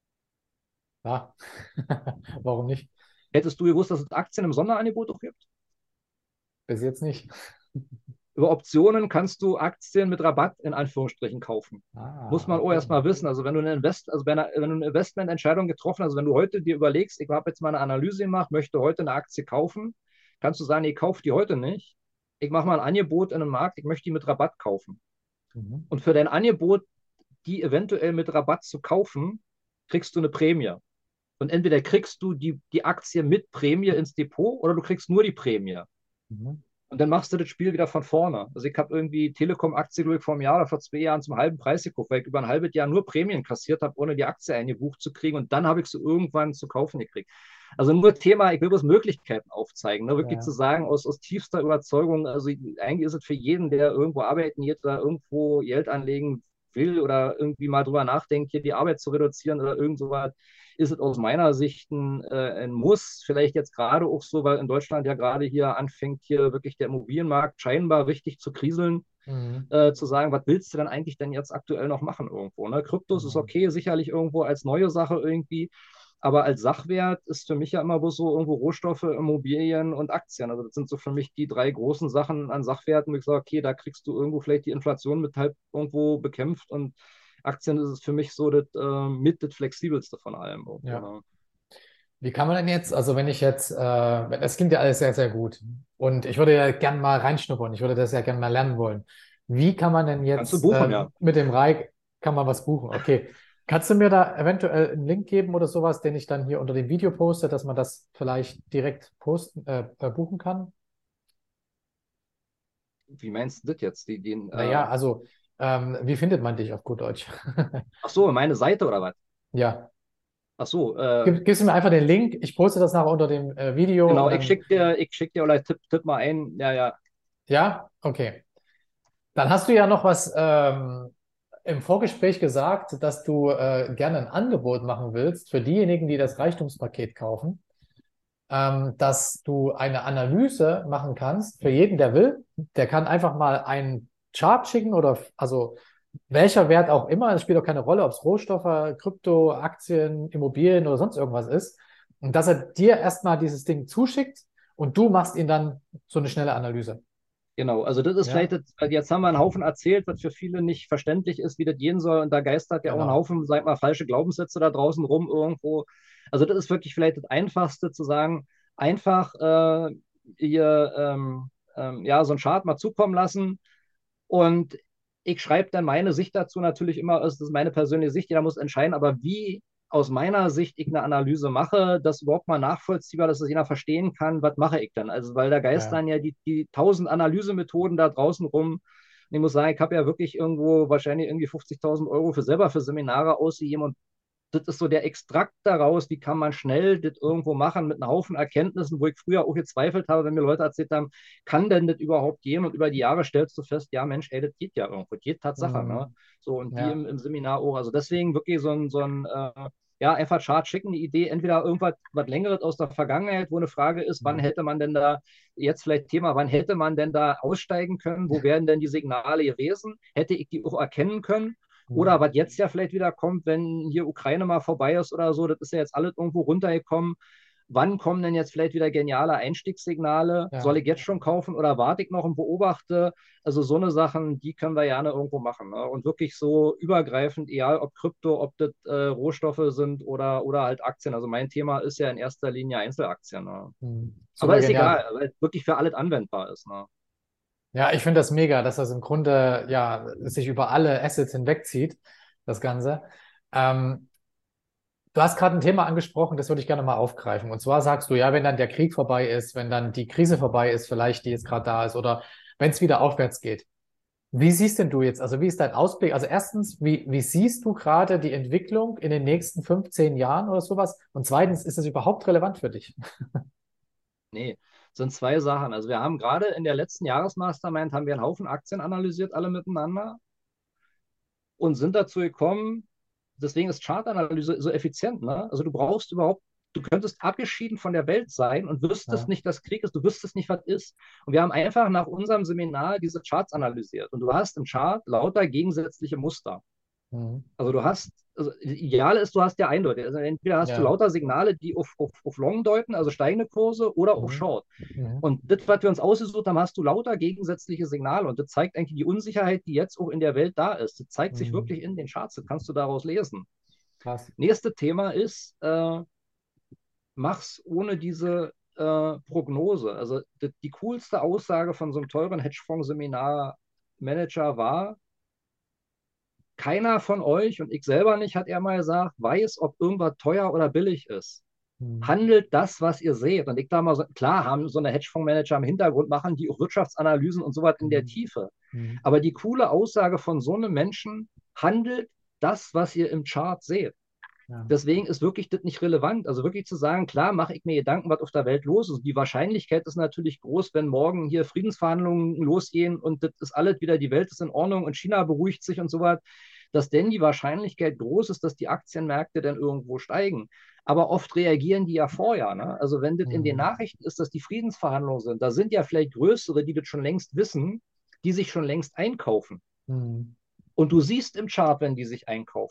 Ja. Warum nicht? Hättest du gewusst, dass es Aktien im Sonderangebot auch gibt? Bis jetzt nicht. Über Optionen kannst du Aktien mit Rabatt in Anführungsstrichen kaufen. Muss Ah, man auch okay. erstmal wissen. Also wenn du eine Invest, also wenn, wenn du eine Investmententscheidung getroffen hast, also wenn du heute dir überlegst, ich habe jetzt mal eine Analyse gemacht, möchte heute eine Aktie kaufen, kannst du sagen, ich kaufe die heute nicht. Ich mache mal ein Angebot in einem Markt, ich möchte die mit Rabatt kaufen. Mhm. Und für dein Angebot, die eventuell mit Rabatt zu kaufen, kriegst du eine Prämie. Und entweder kriegst du die, die Aktie mit Prämie ins Depot oder du kriegst nur die Prämie. Mhm. Und dann machst du das Spiel wieder von vorne. Also ich habe irgendwie Telekom-Aktie, glaube ich, vor einem Jahr oder vor zwei Jahren zum halben Preis gekauft, weil ich über ein halbes Jahr nur Prämien kassiert habe, ohne die Aktie eingebucht zu kriegen. Und dann habe ich sie irgendwann zu kaufen gekriegt. Also nur Thema, ich will bloß Möglichkeiten aufzeigen, ne? Wirklich Ja. zu sagen, aus, aus tiefster Überzeugung, also eigentlich ist es für jeden, der irgendwo arbeiten geht oder irgendwo Geld anlegen will oder irgendwie mal drüber nachdenkt, hier die Arbeit zu reduzieren oder irgend sowas, ist es aus meiner Sicht ein, äh, ein Muss. Vielleicht jetzt gerade auch so, weil in Deutschland ja gerade hier anfängt, hier wirklich der Immobilienmarkt scheinbar richtig zu kriseln, Mhm. äh, zu sagen, was willst du denn eigentlich denn jetzt aktuell noch machen irgendwo? Ne? Kryptos ist Genau. okay, sicherlich irgendwo als neue Sache irgendwie. Aber als Sachwert ist für mich ja immer bloß so irgendwo Rohstoffe, Immobilien und Aktien. Also das sind so für mich die drei großen Sachen an Sachwerten, wo ich sage, okay, da kriegst du irgendwo vielleicht die Inflation mit halb irgendwo bekämpft und Aktien ist es für mich so das äh, mit das flexibelste von allem irgendwo. Ja. Ne? Wie kann man denn jetzt, also wenn ich jetzt, äh, das klingt ja alles sehr, sehr gut und ich würde ja gern mal reinschnuppern, ich würde das ja gern mal lernen wollen. Wie kann man denn Kannst du jetzt buchen, ja. ähm, mit dem Reich, kann man was buchen? Okay. Kannst du mir da eventuell einen Link geben oder sowas, den ich dann hier unter dem Video poste, dass man das vielleicht direkt posten, äh, äh, buchen kann? Wie meinst du das jetzt? Die, den, äh, Naja, also, ähm, wie findet man dich auf gut Deutsch? ach so, meine Seite oder was? Ja. Ach so, äh, Gib, gibst du mir einfach den Link, ich poste das nachher unter dem äh, Video genau, und ich dann, schick dir, ich schick dir oder tipp, tipp mal ein. Ja, ja, ja, okay. Dann hast du ja noch was ähm, im Vorgespräch gesagt, dass du äh, gerne ein Angebot machen willst für diejenigen, die das Reichtumspaket kaufen, ähm, dass du eine Analyse machen kannst für jeden, der will. Der kann einfach mal einen Chart schicken oder also welcher Wert auch immer. Es spielt auch keine Rolle, ob es Rohstoffe, Krypto, Aktien, Immobilien oder sonst irgendwas ist. Und dass er dir erstmal dieses Ding zuschickt und du machst ihn dann so eine schnelle Analyse. genau. Also das ist vielleicht, Ja, das, weil jetzt haben wir einen Haufen erzählt, was für viele nicht verständlich ist, wie das gehen soll. Und da geistert ja auch ein genau. Haufen, sag mal, falsche Glaubenssätze da draußen rum irgendwo. Also das ist wirklich vielleicht das Einfachste zu sagen, einfach äh, ihr ähm, ähm, ja, so einen Chart mal zukommen lassen. Und ich schreibe dann meine Sicht dazu natürlich immer, das ist meine persönliche Sicht, jeder muss entscheiden, aber wie aus meiner Sicht ich eine Analyse mache, das überhaupt mal nachvollziehbar, dass es jeder verstehen kann, was mache ich dann? Also, weil da Ja. geistern ja die, die tausend Analysemethoden da draußen rum. Und ich muss sagen, ich habe ja wirklich irgendwo wahrscheinlich irgendwie fünfzigtausend Euro für selber für Seminare ausgegeben und das ist so der Extrakt daraus, wie kann man schnell das irgendwo machen mit einem Haufen Erkenntnissen, wo ich früher auch gezweifelt habe, wenn mir Leute erzählt haben, kann denn das überhaupt gehen? Und über die Jahre stellst du fest, ja Mensch, ey, das geht ja irgendwo, das geht Tatsache. Ne? Hm. So, und wie Ja. im, im Seminar auch. Also deswegen wirklich so ein, so ein äh, ja, einfach Chart schicken, eine Idee, entweder irgendwas was Längeres aus der Vergangenheit, wo eine Frage ist, wann Hm. hätte man denn da, jetzt vielleicht Thema, wann hätte man denn da aussteigen können? Wo wären denn die Signale gewesen? Hätte ich die auch erkennen können? Hm. Oder was jetzt ja vielleicht wieder kommt, wenn hier Ukraine mal vorbei ist oder so, das ist ja jetzt alles irgendwo runtergekommen. Wann kommen denn jetzt vielleicht wieder geniale Einstiegssignale? Soll Ja. ich jetzt schon kaufen oder warte ich noch und beobachte? Also so eine Sachen, die können wir gerne irgendwo machen. Ne? Und wirklich so übergreifend, egal ob Krypto, ob das äh, Rohstoffe sind oder, oder halt Aktien. Also mein Thema ist ja in erster Linie Einzelaktien. Ne? Hm. Aber Super ist genial. egal, weil es wirklich für alles anwendbar ist. Ne? Ja, ich finde das mega, dass das im Grunde ja sich über alle Assets hinwegzieht, das Ganze. Ähm, Du hast gerade ein Thema angesprochen, das würde ich gerne mal aufgreifen. Und zwar sagst du, ja, wenn dann der Krieg vorbei ist, wenn dann die Krise vorbei ist, vielleicht die jetzt gerade da ist, oder wenn es wieder aufwärts geht. Wie siehst denn du jetzt, also wie ist dein Ausblick? Also erstens, wie, wie siehst du gerade die Entwicklung in den nächsten fünfzehn Jahren oder sowas? Und zweitens, ist es überhaupt relevant für dich? Nee, sind zwei Sachen. Also wir haben gerade in der letzten Jahresmastermind haben wir einen Haufen Aktien analysiert, alle miteinander und sind dazu gekommen, deswegen ist Chartanalyse so effizient. Ne? Also du brauchst überhaupt, du könntest abgeschieden von der Welt sein und wüsstest Ja. nicht, dass Krieg ist, du wüsstest nicht, was ist. Und wir haben einfach nach unserem Seminar diese Charts analysiert. Und du hast im Chart lauter gegensätzliche Muster. Mhm. Also du hast, also das Ideale ist, du hast ja eindeutig. Also entweder hast du Ja. lauter Signale, die auf, auf, auf Long deuten, also steigende Kurse, oder auf Mhm. Short. Mhm. Und das, was wir uns ausgesucht haben, hast du lauter gegensätzliche Signale. Und das zeigt eigentlich die Unsicherheit, die jetzt auch in der Welt da ist. Das zeigt sich Mhm. wirklich in den Charts. Das kannst du daraus lesen. Krass. Nächste Thema ist, äh, mach's ohne diese äh, Prognose. Also die, die coolste Aussage von so einem teuren Hedgefonds-Seminar-Manager war, keiner von euch und ich selber nicht, hat er mal gesagt, weiß, ob irgendwas teuer oder billig ist. Mhm. Handelt das, was ihr seht. Und ich da mal so, klar haben so eine Hedgefondsmanager im Hintergrund, machen die auch Wirtschaftsanalysen und sowas in der Mhm. Tiefe. Mhm. Aber die coole Aussage von so einem Menschen, handelt das, was ihr im Chart seht. Ja. Deswegen ist wirklich das nicht relevant. Also wirklich zu sagen, klar, mache ich mir Gedanken, was auf der Welt los ist. Die Wahrscheinlichkeit ist natürlich groß, wenn morgen hier Friedensverhandlungen losgehen und das ist alles wieder, die Welt ist in Ordnung und China beruhigt sich und so was, dass denn die Wahrscheinlichkeit groß ist, dass die Aktienmärkte dann irgendwo steigen. Aber oft reagieren die ja vorher. Ne? Also wenn das in den Mhm. Nachrichten ist, dass die Friedensverhandlungen sind, da sind ja vielleicht größere, die das schon längst wissen, die sich schon längst einkaufen. Mhm. Und du siehst im Chart, wenn die sich einkaufen.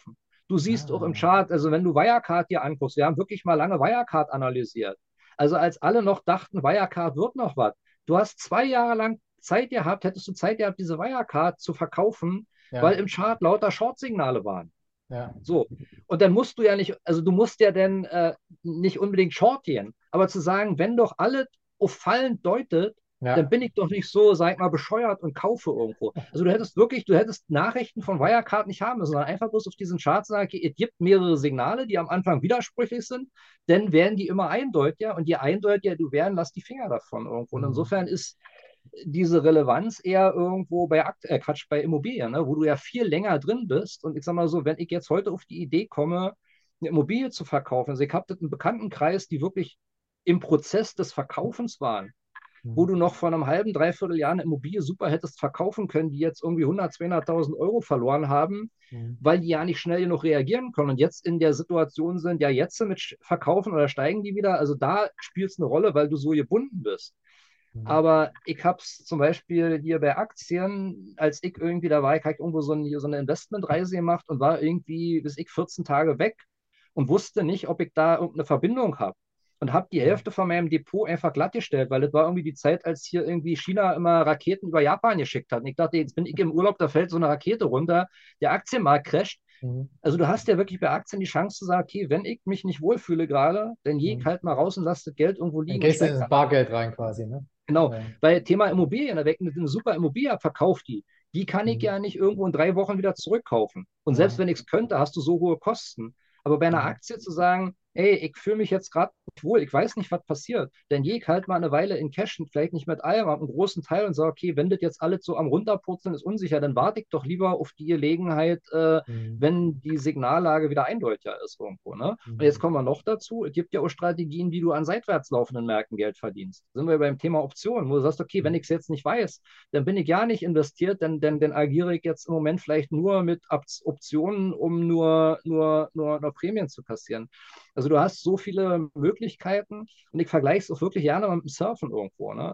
Du siehst auch im Ah, Chart, also wenn du Wirecard dir anguckst, wir haben wirklich mal lange Wirecard analysiert. Also als alle noch dachten, Wirecard wird noch was. Du hast zwei Jahre lang Zeit gehabt, hättest du Zeit gehabt, diese Wirecard zu verkaufen, weil ja, im Chart lauter Short-Signale waren. ja, So. Und dann musst du ja nicht, also du musst ja dann äh, nicht unbedingt Short gehen, aber zu sagen, wenn doch alles auf Fallen deutet, dann ja. bin ich doch nicht so, sag ich mal, bescheuert und kaufe irgendwo. Also du hättest wirklich, du hättest Nachrichten von Wirecard nicht haben müssen, sondern einfach bloß auf diesen Chart sagen, okay, es gibt mehrere Signale, die am Anfang widersprüchlich sind, dann werden die immer eindeutiger und je eindeutiger du werden, lass die Finger davon irgendwo. Und Mhm. insofern ist diese Relevanz eher irgendwo bei Akt äh, Quatsch, bei Immobilien, ne, wo du ja viel länger drin bist. Und ich sag mal so, wenn ich jetzt heute auf die Idee komme, eine Immobilie zu verkaufen, also ich habe einen Bekanntenkreis, die wirklich im Prozess des Verkaufens waren, wo Mhm. du noch vor einem halben, dreiviertel Jahr eine Immobilie super hättest verkaufen können, die jetzt irgendwie hundert, zweihunderttausend Euro verloren haben, Mhm. weil die ja nicht schnell genug reagieren können und jetzt in der Situation sind, ja jetzt mit verkaufen oder steigen die wieder. Also da spielt es eine Rolle, weil du so gebunden bist. Mhm. Aber ich habe es zum Beispiel hier bei Aktien, als ich irgendwie da war, ich habe irgendwo so, ein, so eine Investmentreise gemacht und war irgendwie bis ich vierzehn Tage weg und wusste nicht, ob ich da irgendeine Verbindung habe. Und habe die Mhm. Hälfte von meinem Depot einfach glattgestellt, weil das war irgendwie die Zeit, als hier irgendwie China immer Raketen über Japan geschickt hat. Und ich dachte, jetzt bin ich im Urlaub, da fällt so eine Rakete runter, der Aktienmarkt crasht. Mhm. Also du hast ja wirklich bei Aktien die Chance zu sagen, okay, wenn ich mich nicht wohlfühle gerade, dann gehe ich Mhm. halt mal raus und lasse das Geld irgendwo Dann liegen und gehst du steige ins Bargeld rein quasi, ne? Genau, Ja. weil Thema Immobilien, wenn ich eine super Immobilie habe, verkaufe die. Die kann ich Mhm. ja nicht irgendwo in drei Wochen wieder zurückkaufen. Und selbst Ja. wenn ich es könnte, hast du so hohe Kosten. Aber bei einer Mhm. Aktie zu sagen, ey, ich fühle mich jetzt gerade nicht wohl, ich weiß nicht, was passiert, dann gehe ich halt mal eine Weile in Cash, vielleicht nicht mit allem, aber einen großen Teil und sage, okay, wenn das jetzt alles so am runterpurzeln ist, unsicher, dann warte ich doch lieber auf die Gelegenheit, äh, Mhm. wenn die Signallage wieder eindeutiger ist irgendwo. Ne? Und jetzt Mhm. kommen wir noch dazu, es gibt ja auch Strategien, wie du an seitwärts laufenden Märkten Geld verdienst. Sind wir beim Thema Optionen, wo du sagst, okay, wenn ich es jetzt nicht weiß, dann bin ich ja nicht investiert, dann, dann, dann agiere ich jetzt im Moment vielleicht nur mit Optionen, um nur, nur, nur, nur Prämien zu kassieren. Also du hast so viele Möglichkeiten und ich vergleiche es auch wirklich gerne mit dem Surfen irgendwo. Ne?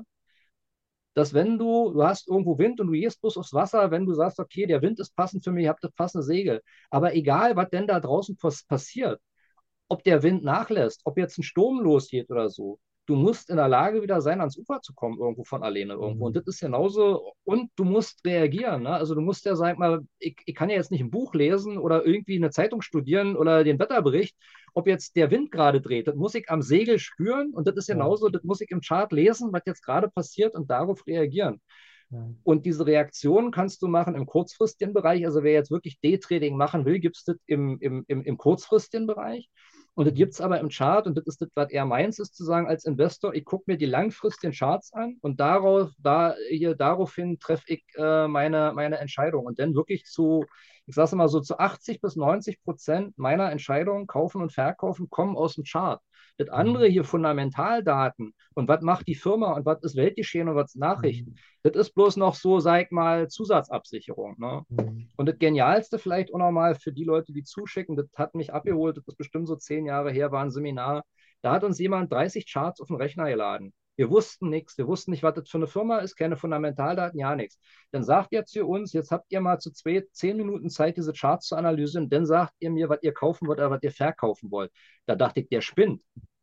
Dass wenn du, du hast irgendwo Wind und du gehst bloß aufs Wasser, wenn du sagst, okay, der Wind ist passend für mich, ich habe das passende Segel. Aber egal, was denn da draußen passiert, ob der Wind nachlässt, ob jetzt ein Sturm losgeht oder so, du musst in der Lage wieder sein, ans Ufer zu kommen, irgendwo von alleine irgendwo. Und Mhm. das ist genauso, und du musst reagieren. Ne? Also du musst ja, sag mal, ich, ich kann ja jetzt nicht ein Buch lesen oder irgendwie eine Zeitung studieren oder den Wetterbericht, ob jetzt der Wind gerade dreht. Das muss ich am Segel spüren und das ist Ja. genauso, das muss ich im Chart lesen, was jetzt gerade passiert und darauf reagieren. Ja. Und diese Reaktion kannst du machen im kurzfristigen Bereich. Also wer jetzt wirklich Daytrading machen will, gibt es das im, im, im, im kurzfristigen Bereich. Und das Mhm. gibt es aber im Chart, und das ist das, was er meins ist, zu sagen, als Investor, ich gucke mir die langfristigen Charts an und darauf, da, hier, daraufhin treffe ich äh, meine, meine Entscheidung. Und dann wirklich zu, ich sage mal so, zu achtzig bis neunzig Prozent meiner Entscheidungen, kaufen und verkaufen, kommen aus dem Chart. Das andere Mhm. hier, Fundamentaldaten und was macht die Firma und was ist Weltgeschehen und was ist Nachrichten, Mhm. das ist bloß noch so, sag ich mal, Zusatzabsicherung. Ne? Mhm. Und das Genialste vielleicht auch nochmal für die Leute, die zuschicken, das hat mich abgeholt, das ist bestimmt so zehn Jahre her, war ein Seminar. Da hat uns jemand dreißig Charts auf den Rechner geladen. Wir wussten nichts, wir wussten nicht, was das für eine Firma ist, keine Fundamentaldaten, ja nichts. Dann sagt ihr zu uns, jetzt habt ihr mal zu zwei, zehn Minuten Zeit, diese Charts zu analysieren, dann sagt ihr mir, was ihr kaufen wollt oder was ihr verkaufen wollt. Da dachte ich, der spinnt.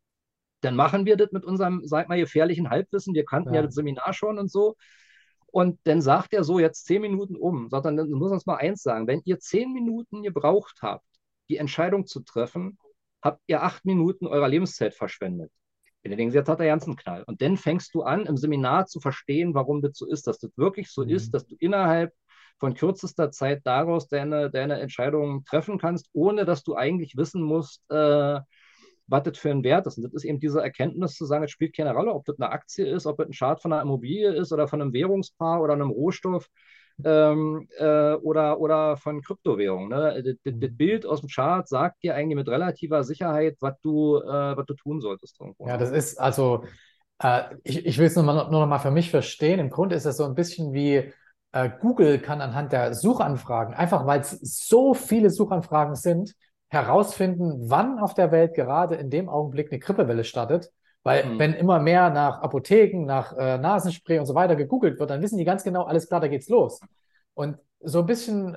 Dann machen wir das mit unserem, sag mal, gefährlichen Halbwissen. Wir kannten ja Ja. das Seminar schon und so. Und dann sagt er so, jetzt zehn Minuten um. Sagt dann, dann muss uns mal eins sagen, wenn ihr zehn Minuten gebraucht habt, die Entscheidung zu treffen, habt ihr acht Minuten eurer Lebenszeit verschwendet. Wenn ihr denkt, jetzt hat er ganz einen Knall. Und dann fängst du an, im Seminar zu verstehen, warum das so ist, dass das wirklich so ist, Mhm. dass du innerhalb von kürzester Zeit daraus deine, deine Entscheidungen treffen kannst, ohne dass du eigentlich wissen musst, äh, was das für ein Wert ist. Und das ist eben diese Erkenntnis zu sagen, es spielt keine Rolle, ob das eine Aktie ist, ob das ein Chart von einer Immobilie ist oder von einem Währungspaar oder einem Rohstoff ähm, äh, oder, oder von Kryptowährungen. Ne? Das, das, das Mhm. Bild aus dem Chart sagt dir eigentlich mit relativer Sicherheit, was du, äh, was du tun solltest irgendwo. Ja, Ne? das ist also, äh, ich, ich will es nur, mal, nur noch mal für mich verstehen. Im Grunde ist es so ein bisschen wie äh, Google kann anhand der Suchanfragen, einfach weil es so viele Suchanfragen sind, herausfinden, wann auf der Welt gerade in dem Augenblick eine Grippewelle startet. Weil Hm. wenn immer mehr nach Apotheken, nach äh, Nasenspray und so weiter gegoogelt wird, dann wissen die ganz genau, alles klar, da geht's los. Und so ein bisschen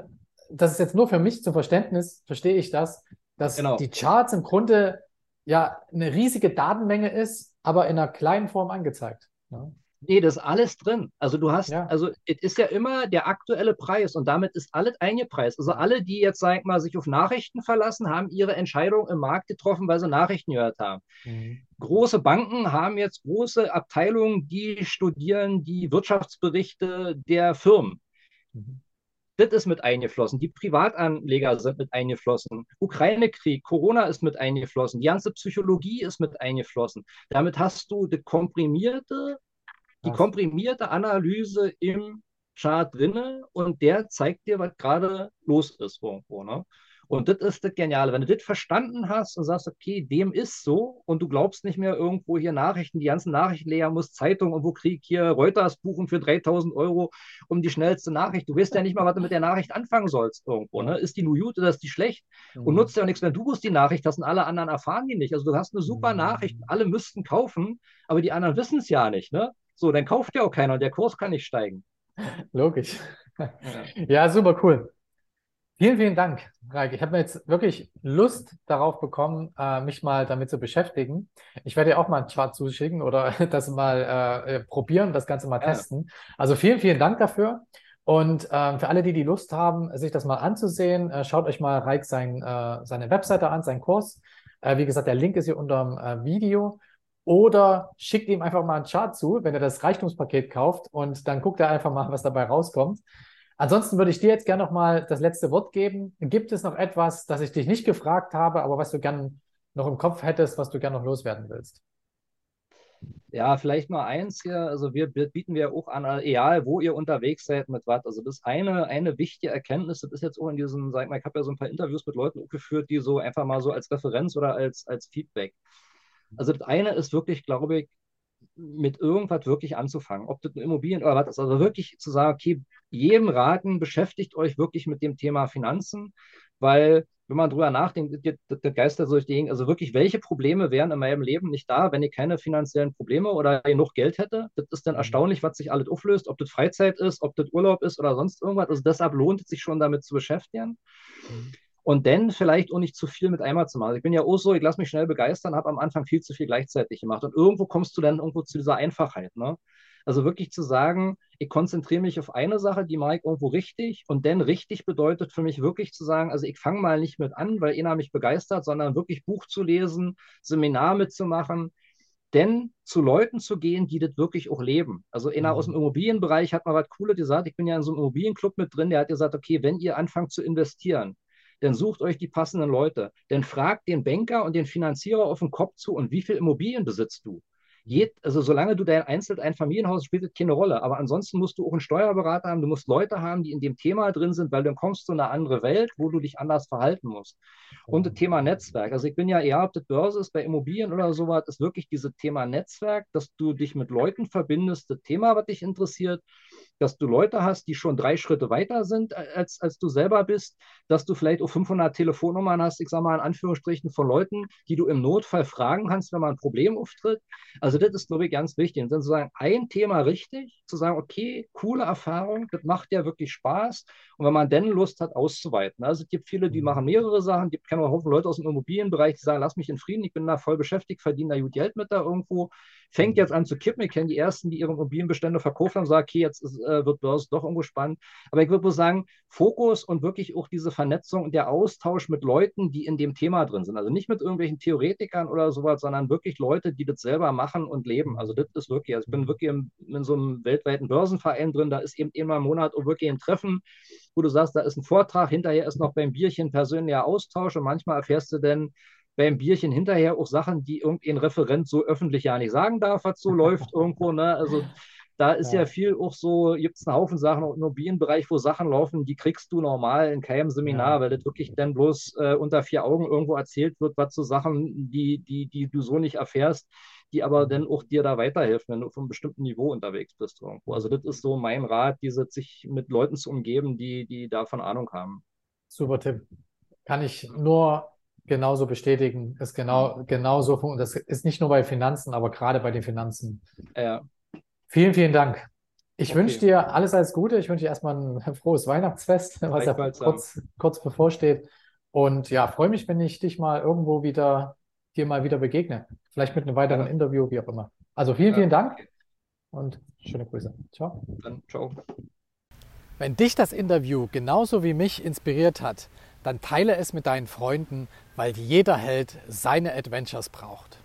das ist jetzt nur für mich zum Verständnis, verstehe ich das, dass Genau. die Charts im Grunde ja eine riesige Datenmenge ist, aber in einer kleinen Form angezeigt. Ja, Nee, das ist alles drin. Also du hast, ja. also es ist ja immer der aktuelle Preis und damit ist alles eingepreist. Also alle, die jetzt, sag ich mal, sich auf Nachrichten verlassen, haben ihre Entscheidung im Markt getroffen, weil sie Nachrichten gehört haben. Mhm. Große Banken haben jetzt große Abteilungen, die studieren die Wirtschaftsberichte der Firmen. Mhm. Das ist mit eingeflossen. Die Privatanleger sind mit eingeflossen. Ukraine-Krieg, Corona ist mit eingeflossen. Die ganze Psychologie ist mit eingeflossen. Damit hast du die komprimierte die Krass. komprimierte Analyse im Chart drinne und der zeigt dir, was gerade los ist irgendwo. Ne? Und das ist das Geniale. Wenn du das verstanden hast und sagst, okay, dem ist so und du glaubst nicht mehr irgendwo hier Nachrichten, die ganzen Nachrichtenleger muss Zeitung und wo krieg ich hier Reuters buchen für dreitausend Euro um die schnellste Nachricht. Du weißt ja nicht mal, was du mit der Nachricht anfangen sollst irgendwo. Ja. Ne? Ist die nur gut oder ist die schlecht? Und Mhm. nutzt ja auch nichts, wenn du bloß die Nachricht hast und alle anderen erfahren die nicht. Also du hast eine super Nachricht, Mhm. alle müssten kaufen, aber die anderen wissen es ja nicht. Ne? So, dann kauft ja auch keiner und der Kurs kann nicht steigen. Logisch. Ja, Ja, super cool. Vielen, vielen Dank, Raik. Ich habe mir jetzt wirklich Lust darauf bekommen, äh, mich mal damit zu beschäftigen. Ich werde dir auch mal einen Chart zuschicken oder das mal äh, äh, probieren, das Ganze mal ja, testen. Also vielen, vielen Dank dafür. Und ähm, für alle, die die Lust haben, sich das mal anzusehen, äh, schaut euch mal Raik sein, äh, seine Webseite an, seinen Kurs. Äh, wie gesagt, der Link ist hier unter dem äh, Video. Oder schickt ihm einfach mal einen Chart zu, wenn er das Reichtumspaket kauft und dann guckt er einfach mal, was dabei rauskommt. Ansonsten würde ich dir jetzt gerne noch mal das letzte Wort geben. Gibt es noch etwas, das ich dich nicht gefragt habe, aber was du gern noch im Kopf hättest, was du gern noch loswerden willst? ja, vielleicht mal eins hier. Also wir bieten wir auch an, egal wo ihr unterwegs seid, mit was. Also das ist eine, eine wichtige Erkenntnis, das ist jetzt auch in diesen, sag ich mal, ich habe ja so ein paar Interviews mit Leuten geführt, die so einfach mal so als Referenz oder als, als Feedback. Also das eine ist wirklich, glaube ich, mit irgendwas wirklich anzufangen. Ob das eine Immobilien oder was ist. Also wirklich zu sagen, okay, jedem raten, beschäftigt euch wirklich mit dem Thema Finanzen, weil wenn man drüber nachdenkt, der Geister so durch die Gegend, also wirklich, welche Probleme wären in meinem Leben nicht da, wenn ich keine finanziellen Probleme oder genug Geld hätte? Das ist dann Mhm. erstaunlich, was sich alles auflöst, ob das Freizeit ist, ob das Urlaub ist oder sonst irgendwas. Also deshalb lohnt es sich schon damit zu beschäftigen. Mhm. Und dann vielleicht auch nicht zu viel mit einmal zu machen. Also ich bin ja auch so, ich lasse mich schnell begeistern, habe am Anfang viel zu viel gleichzeitig gemacht. Und irgendwo kommst du dann irgendwo zu dieser Einfachheit. Ne? Also wirklich zu sagen, ich konzentriere mich auf eine Sache, die mache ich irgendwo richtig. Und dann richtig bedeutet für mich wirklich zu sagen, also ich fange mal nicht mit an, weil einer mich begeistert, sondern wirklich Buch zu lesen, Seminar mitzumachen, denn zu Leuten zu gehen, die das wirklich auch leben. Also einer aus dem Mhm. Immobilienbereich hat mal was Cooles gesagt. Ich bin ja in so einem Immobilienclub mit drin, der hat gesagt, okay, wenn ihr anfangt zu investieren, dann sucht euch die passenden Leute. Dann fragt den Banker und den Finanzierer auf den Kopf zu, und wie viel Immobilien besitzt du? Mhm. Jed, also solange du dein einzeln ein Familienhaus spielt das keine Rolle. Aber ansonsten musst du auch einen Steuerberater haben, du musst Leute haben, die in dem Thema drin sind, weil dann kommst du in eine andere Welt, wo du dich anders verhalten musst. Und das Genau. Thema Netzwerk. Also ich bin ja eher, ob das Börse ist, bei Immobilien oder sowas, ist wirklich dieses Thema Netzwerk, dass du dich mit Leuten verbindest, das Thema, was dich interessiert, dass du Leute hast, die schon drei Schritte weiter sind als, als du selber bist, dass du vielleicht auch fünfhundert Telefonnummern hast, ich sage mal in Anführungsstrichen, von Leuten, die du im Notfall fragen kannst, wenn mal ein Problem auftritt. Also das ist, glaube ich, ganz wichtig. Und dann zu sagen, ein Thema richtig, zu sagen, okay, coole Erfahrung, das macht ja wirklich Spaß. Und wenn man dann Lust hat, auszuweiten. Also es gibt viele, die Mhm. machen mehrere Sachen. Ich kenne auch Haufen Leute aus dem Immobilienbereich, die sagen, lass mich in Frieden, ich bin da voll beschäftigt, verdiene da gut Geld mit da irgendwo. Fängt Mhm. jetzt an zu kippen. Ich kenne die ersten, die ihre Immobilienbestände verkauft haben, sagen, okay, jetzt ist, äh, wird Börse doch irgendwo spannend. Aber ich würde bloß sagen, Fokus und wirklich auch diese Vernetzung und der Austausch mit Leuten, die in dem Thema drin sind. Also nicht mit irgendwelchen Theoretikern oder sowas, sondern wirklich Leute, die das selber machen und leben. Also das ist wirklich, also ich bin Mhm. wirklich in, in so einem weltweiten Börsenverein drin, da ist eben immer im Monat auch wirklich ein Treffen, wo du sagst, da ist ein Vortrag, hinterher ist noch beim Bierchen persönlicher Austausch und manchmal erfährst du dann beim Bierchen hinterher auch Sachen, die irgendein Referent so öffentlich ja nicht sagen darf, was so läuft irgendwo. Ne? Also da ist ja Ja. viel auch so, gibt es einen Haufen Sachen im Immobilienbereich, wo Sachen laufen, die kriegst du normal in keinem Seminar, Ja. weil das wirklich dann bloß äh, unter vier Augen irgendwo erzählt wird, was so Sachen, die, die, die du so nicht erfährst, die aber Mhm. dann auch dir da weiterhelfen, wenn du auf einem bestimmten Niveau unterwegs bist irgendwo. Also Mhm. das ist so mein Rat, diese, sich mit Leuten zu umgeben, die, die davon Ahnung haben. Super Tipp. Kann ich nur genauso bestätigen. Ist genau, genauso, das ist nicht nur bei Finanzen, aber gerade bei den Finanzen. Ja. Vielen, vielen Dank. Ich wünsche Okay, dir alles, alles Gute. Ich wünsche dir erstmal ein frohes Weihnachtsfest, was ja gleichfalls, Sam. kurz, kurz bevorsteht. Und ja, freue mich, wenn ich dich mal irgendwo wieder, dir mal wieder begegne. Vielleicht mit einem weiteren Gerne. Interview, wie auch immer. Also vielen, Ja, vielen Dank okay. und schöne Grüße. Ciao. Dann ciao. Wenn dich das Interview genauso wie mich inspiriert hat, dann teile es mit deinen Freunden, weil jeder Held seine Adventures braucht.